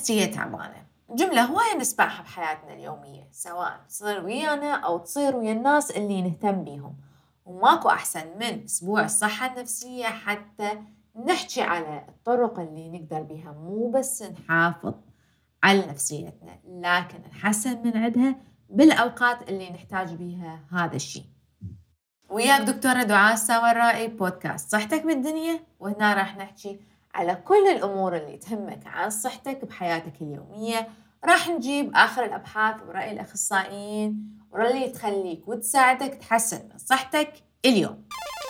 نفسية تعبانة جملة هواية نسمعها بحياتنا اليومية، سواء تصير ويانا أو تصير ويا الناس اللي نهتم بيهم. وماكو أحسن من أسبوع الصحة النفسية حتى نحكي على الطرق اللي نقدر بيها مو بس نحافظ على نفسيتنا، لكن نحسن من عندها بالأوقات اللي نحتاج بيها هذا الشيء. وياك دكتورة دعاء الساورائي، بودكاست صحتك بالدنيا، وهنا راح نحكي على كل الأمور اللي تهمك عن صحتك بحياتك اليومية. راح نجيب آخر الأبحاث ورأي الأخصائيين واللي تخليك وتساعدك تحسن من صحتك اليوم.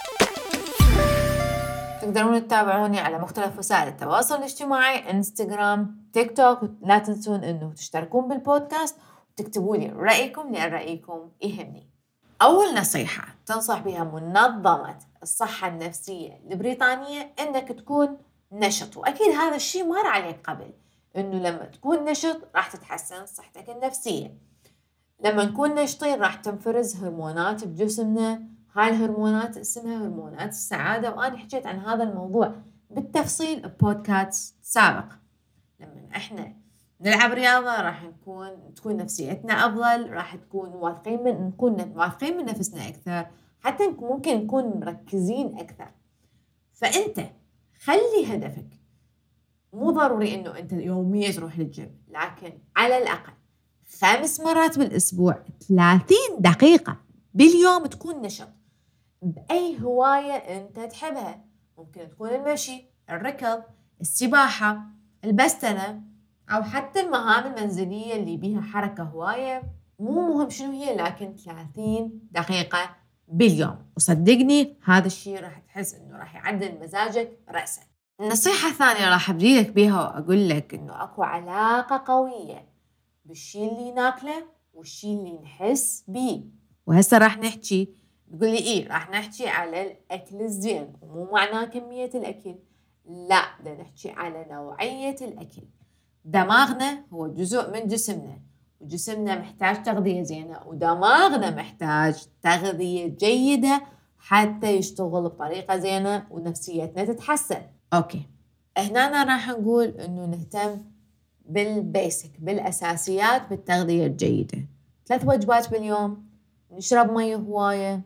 تقدرون تتابعوني على مختلف وسائل التواصل الاجتماعي، انستغرام، تيك توك. لا تنسون انه تشتركون بالبودكاست وتكتبوا لي رأيكم، لأن رأيكم يهمني. أول نصيحة تنصح بها منظمة الصحة النفسية البريطانية إنك تكون نشط، وأكيد هذا الشيء مر عليك قبل، إنه لما تكون نشط راح تتحسن صحتك النفسية. لما نكون نشطين راح تنفرز هرمونات بجسمنا، هاي الهرمونات اسمها هرمونات السعادة، وأنا حكيت عن هذا الموضوع بالتفصيل ببودكاست سابق. لما احنا نلعب رياضة راح تكون نفسيتنا أفضل، راح نكون واثقين من نفسنا أكثر، حتى ممكن نكون مركزين أكثر. فأنت خلي هدفك مو ضروري إنه أنت يوميا تروح للجيم، لكن على الأقل 5 مرات بالأسبوع 30 دقيقة باليوم تكون نشط بأي هواية أنت تحبها. ممكن تكون المشي، الركض، السباحة، البستنة، أو حتى المهام المنزلية اللي بيها حركة هواية. مو مهم شنو هي، لكن 30 دقيقة باليوم، وصدقني هذا الشيء راح تحس إنه راح يعدل مزاجك رأسا. النصيحة الثانية راح أبديلك بيها وأقول لك إنه أكو علاقة قوية بالشيء اللي ناكله والشيء اللي نحس بيه. وهسه راح نحكي، تقول لي إيه؟ راح نحكي على الأكل الزين، ومو معناه كمية الأكل، لا، بدنا نحكي على نوعية الأكل. دماغنا هو جزء من جسمنا، وجسمنا محتاج تغذية زينة، ودماغنا محتاج تغذية جيدة حتى يشتغل بطريقة زينة ونفسيتنا تتحسن. أوكي، هنا راح نقول إنه نهتم بالبيسك، بالأساسيات، بالتغذية الجيدة. 3 وجبات باليوم، نشرب مية هواية،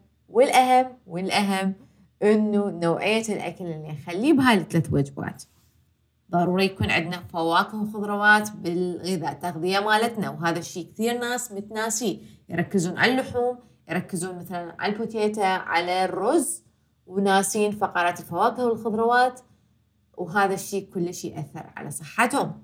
والأهم إنه نوعية الأكل اللي نخليه بهاي 3 وجبات. ضروري يكون عندنا فواكه وخضروات بالغذاء، تغذية مالتنا، وهذا الشيء كثير ناس متناسيه، يركزون على اللحوم، يركزون مثلا على البوتيتا، على الرز، وناسين فقرات الفواكه والخضروات، وهذا الشيء كل شيء يأثر على صحتهم.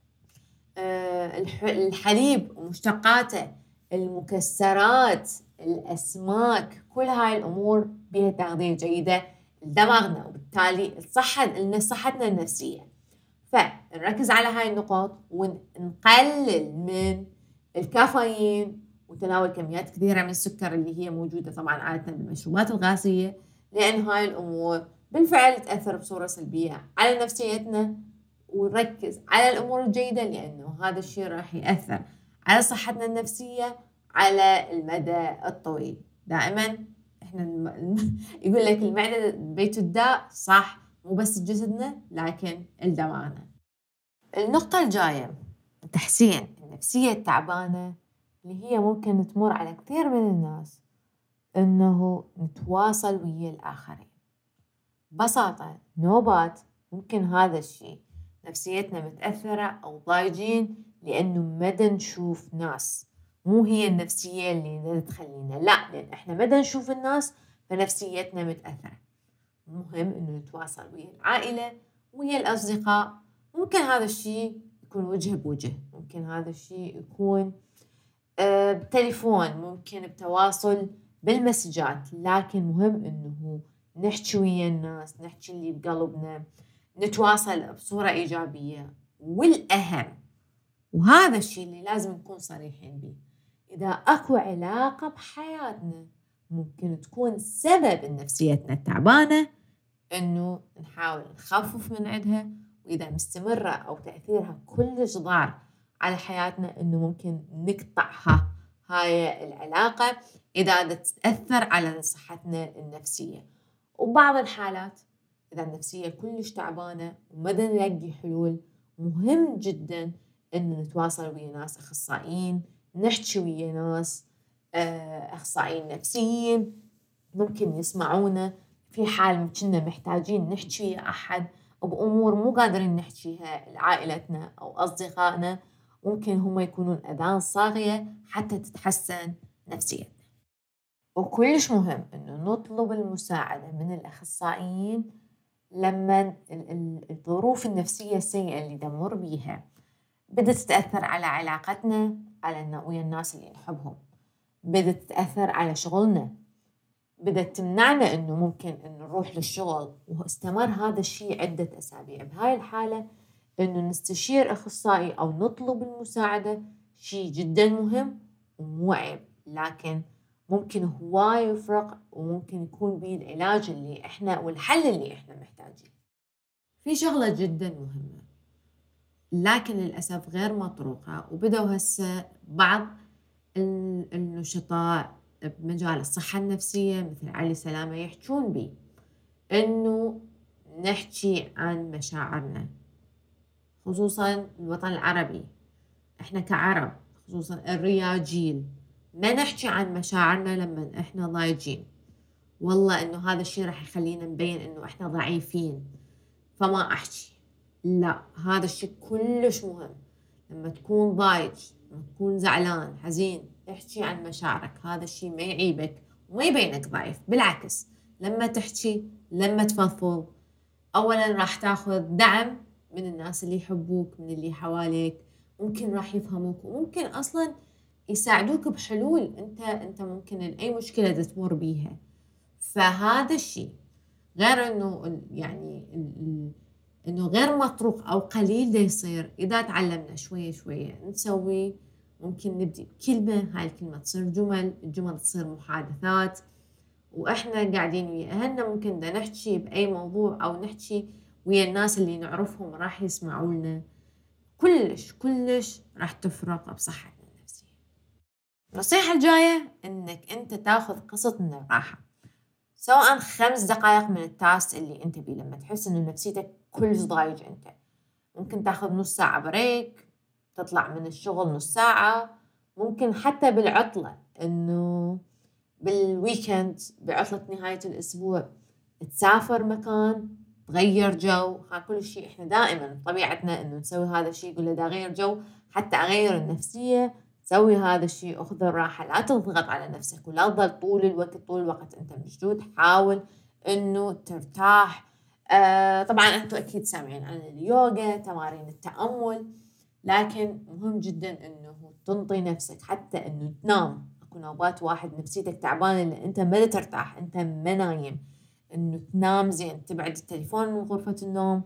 الحليب ومشتقاته، المكسرات، الأسماك، كل هاي الأمور بها تغذية جيدة لدماغنا، وبالتالي صحتنا النفسية. فنركز على هاي النقاط ونقلل من الكافيين وتناول كميات كثيرة من السكر اللي هي موجودة طبعا عادة بالمشروبات الغازية، لأن هاي الأمور بالفعل تأثر بصورة سلبية على نفسيتنا. ونركز على الأمور الجيدة، لأنه هذا الشيء راح يأثر على صحتنا النفسية على المدى الطويل. دائما احنا يقول لك المعدة بيت الداء، صح، مو بس جسدنا لكن دماغنا. النقطة الجاية، تحسين النفسية التعبانة اللي هي ممكن تمر على كثير من الناس، إنه نتواصل ويا الآخرين. ببساطة نوبات ممكن هذا الشيء نفسيتنا متأثرة أو ضايجين لأنه مدى نشوف ناس، مو هي النفسية اللي تخلينا، لا، لأن إحنا مدى نشوف الناس فنفسيتنا متأثرة. مهم إنه نتواصل ويا العائلة، ويا الأصدقاء. ممكن هذا الشيء يكون وجه بوجه، ممكن هذا الشيء يكون بتليفون، ممكن بتواصل بالمسجات، لكن مهم إنه نحكي ويا الناس، نحكي اللي بقلبنا، نتواصل بصورة إيجابية. والأهم، وهذا الشيء اللي لازم نكون صريحين به، إذا أكو علاقة بحياتنا ممكن تكون سبب نفسيتنا التعبانة، إنه نحاول نخفف من عندها. وإذا مستمرة أو تأثيرها كلش ضار على حياتنا، إنه ممكن نقطعها هاي العلاقة إذا تتأثر على صحتنا النفسية. وبعض الحالات إذا النفسية كلش تعبانة ومدى نلاقي حلول، مهم جدا إن نتواصل ويا ناس أخصائيين، نحكي ويا ناس أخصائيين نفسيين ممكن يسمعونا في حال كنا محتاجين نحكي ويا أحد بأمور مو قادرين نحكيها لعائلتنا أو أصدقائنا، ممكن هم يكونون أذان صاغية حتى تتحسن نفسيتنا. وكلش مهم إنه نطلب المساعدة من الأخصائيين لما الظروف النفسية السيئة اللي نمر بيها بدأت تتأثر على علاقتنا ويا الناس اللي نحبهم، بدأت تتأثر على شغلنا، بدأت تمنعنا إنه ممكن إنه نروح للشغل، واستمر هذا الشيء عدة أسابيع. بهاي الحالة إنه نستشير أخصائي أو نطلب المساعدة شيء جدا مهم ومو عيب، لكن ممكن هواي يفرق وممكن يكون بيه العلاج اللي إحنا والحل اللي إحنا محتاجين. في شغلة جدا مهمة لكن للأسف غير مطروقة، وبدأوا هسه بعض النشطاء بمجال الصحة النفسية مثل علي سلامة يحجون بي، إنه نحكي عن مشاعرنا، خصوصاً الوطن العربي. إحنا كعرب خصوصاً الرياجيل ما نحكي عن مشاعرنا لما إحنا ضايجين، والله إنه هذا الشيء راح يخلينا نبين إنه إحنا ضعيفين فما أحكي. لا، هذا الشيء كلش مهم. لما تكون ضايج، لما تكون زعلان حزين، احكي عن مشاعرك. هذا الشيء ما يعيبك وما يبينك ضعيف، بالعكس لما تحكي لما تفضفض أولا راح تاخذ دعم من الناس اللي يحبوك، من اللي حواليك، ممكن راح يفهموك وممكن أصلا يساعدوك بحلول أنت ممكن أي مشكلة تمر بيها. فهذا الشيء غير إنه يعني إنه غير مطروق أو قليل دا يصير إذا تعلمنا شوية شوية نسوي. ممكن نبدي بكلمة، هاي الكلمة تصير الجمل تصير محادثات، وإحنا قاعدين ويا أهلنا ممكن دا نحكي بأي موضوع أو نحكي ويا الناس اللي نعرفهم راح يسمعوا لنا. كلش راح تفرق بصحتنا النفسية. النصيحة الجاية إنك أنت تاخذ قسط من الراحة، سواء 5 دقائق من التاسك اللي أنت بيه. لما تحس إنه نفسيتك كلش ضايج أنت ممكن تاخذ نص ساعة بريك، تطلع من الشغل نص ساعة، ممكن حتى بالعطلة إنه بالويكند بعطلة نهاية الأسبوع تسافر مكان تغير جو. كل شيء إحنا دائما طبيعتنا إنه نسوي هذا الشيء، يقول له دا أغير جو حتى أغير النفسية. سوي هذا الشيء، أخذ الراحة، لا تضغط على نفسك ولا تظل طول الوقت أنت مشدود. حاول إنه ترتاح. طبعا أنتوا أكيد سامعين عن اليوغا، تمارين التأمل، لكن مهم جدا إنه تنطي نفسك حتى إنه تنام. أكو نوبات واحد نفسيتك تعبانة لأن أنت ما ترتاح، أنت ما نايم، إنه تنام زين، تبعد التليفون من غرفة النوم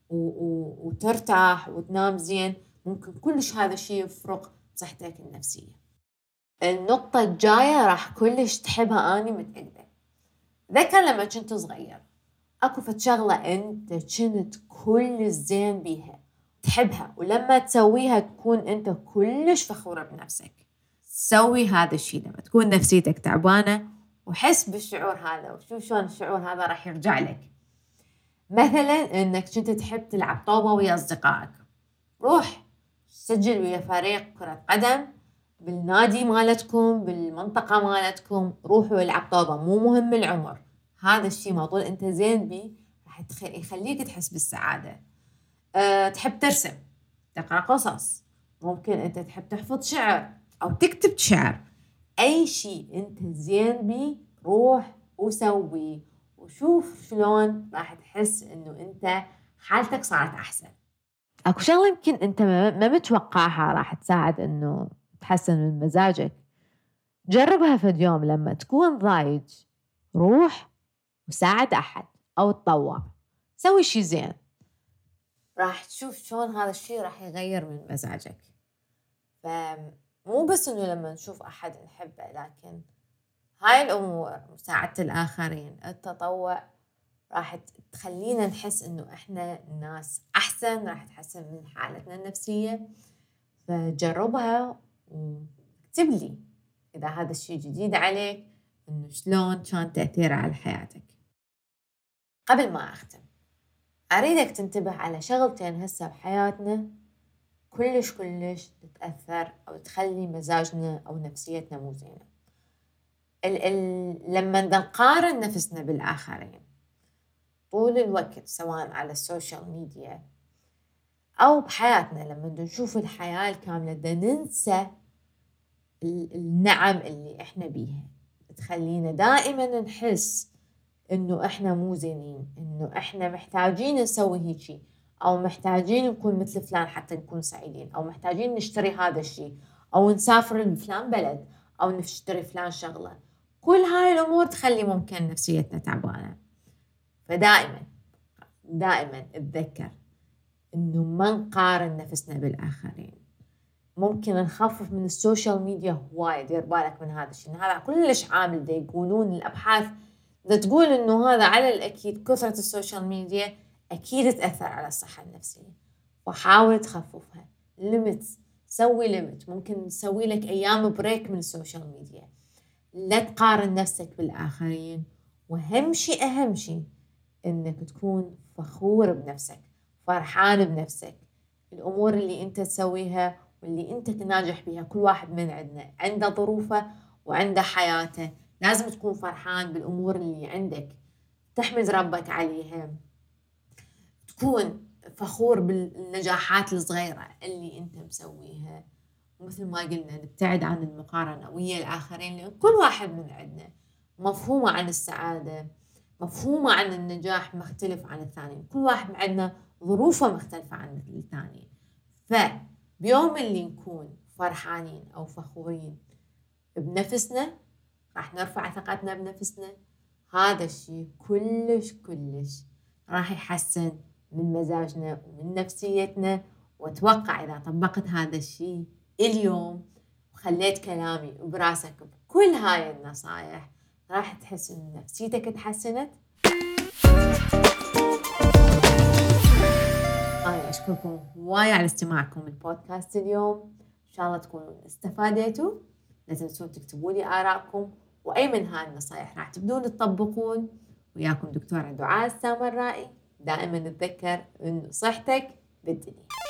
وترتاح وتنام زين. ممكن كلش هذا الشيء يفرق بصحتك النفسية. النقطة الجاية راح كلش تحبها، أني متأكدة. ذكر لما كنت صغير أكو فد شغلة أنت كنت كلش زين بيها تحبها، ولما تسويها تكون أنت كلش فخورة بنفسك. سوي هذا الشيء لما تكون نفسيتك تعبانة، وحس بالشعور هذا وشوف شلون الشعور هذا راح يرجع لك. مثلا إنك كنت تحب تلعب طوبة ويا أصدقائك، روح سجل ويا فريق كرة قدم بالنادي مالتكم بالمنطقة مالتكم، روحوا العب طوبة، مو مهم العمر. هذا الشيء ما طول أنت زين بيه راح يخليك تحس بالسعادة. تحب ترسم، تقرأ قصص، ممكن أنت تحب تحفظ شعر أو تكتب شعر. أي شيء أنت زين بيه روح وسويه، وشوف شلون راح تحس إنه أنت حالتك صارت أحسن. أكو شغلة يمكن أنت ما متوقعها راح تساعد إنه تحسن من مزاجك. جربها في اليوم لما تكون ضايج، روح وساعد أحد أو تطوع، سوي شي زين، راح تشوف شلون هذا الشيء راح يغير من مزاجك. فمو بس إنه لما نشوف أحد نحبه، لكن هاي الأمور، مساعدة الآخرين، التطوع، راح تخلينا نحس إنه إحنا ناس أحسن، راح تحسن من حالتنا النفسية. فجربها واكتب لي إذا هذا الشيء جديد عليك، إنه شلون كان تأثيره على حياتك. قبل ما أختم أريدك تنتبه على شغلتين هسه بحياتنا كلش تتأثر أو تخلي مزاجنا أو نفسيتنا مو زينة. لما نقارن نفسنا بالآخرين طول الوقت سواء على السوشيال ميديا أو بحياتنا، لما نشوف الحياة الكاملة ننسى النعم اللي إحنا بيها، تخلينا دائما نحس إنه إحنا مو زينين، إنه إحنا محتاجين نسوي هيجي، أو محتاجين نكون مثل فلان حتى نكون سعيدين، أو محتاجين نشتري هذا الشيء، أو نسافر لفلان بلد، أو نشتري فلان شغلة. كل هاي الأمور تخلي ممكن نفسيتنا تعبانة. فدائما اتذكر إنه ما نقارن نفسنا بالآخرين. ممكن نخفف من السوشيال ميديا هواي، دير بالك من هذا الشيء، هذا كلش عامل. دا يقولون الأبحاث دا تقول إنه هذا على الأكيد كثرة السوشيال ميديا أكيد تأثر على الصحة النفسية، وحاول تخففها. سوي ليمت، ممكن تسوي لك أيام بريك من السوشيال ميديا. لا تقارن نفسك بالآخرين، وأهم شيء إنك تكون فخور بنفسك، فرحان بنفسك. الأمور اللي أنت تسويها واللي أنت ناجح بيها، كل واحد من عندنا عنده ظروفه وعنده حياته، لازم تكون فرحان بالأمور اللي عندك، تحمد ربك عليها، تكون فخور بالنجاحات الصغيرة اللي أنت مسويها. ومثل ما قلنا نبتعد عن المقارنة ويا الآخرين، لأن كل واحد من عندنا مفهومه عن السعادة، مفهومه عن النجاح مختلف عن الثاني. كل واحد عندنا ظروفه مختلفة عن الثاني. فبيوم اللي نكون فرحانين أو فخورين بنفسنا راح نرفع ثقتنا بنفسنا. هذا الشيء كلش راح يحسن من مزاجنا ومن نفسيتنا. واتوقع إذا طبقت هذا الشيء اليوم وخليت كلامي براسك بكل هاي النصايح، راح تحس إن نفسيتك تحسنت. أنا أشكركم هواي على استماعكم البودكاست اليوم، إن شاء الله تكونوا استفادتوا. لا تنسون تكتبوا لي آراءكم، وأي من هاي النصايح راح تبدون تطبقون. وياكم دكتورة دعاء السامرائي. دائما نتذكر إن صحتك بالدنيا.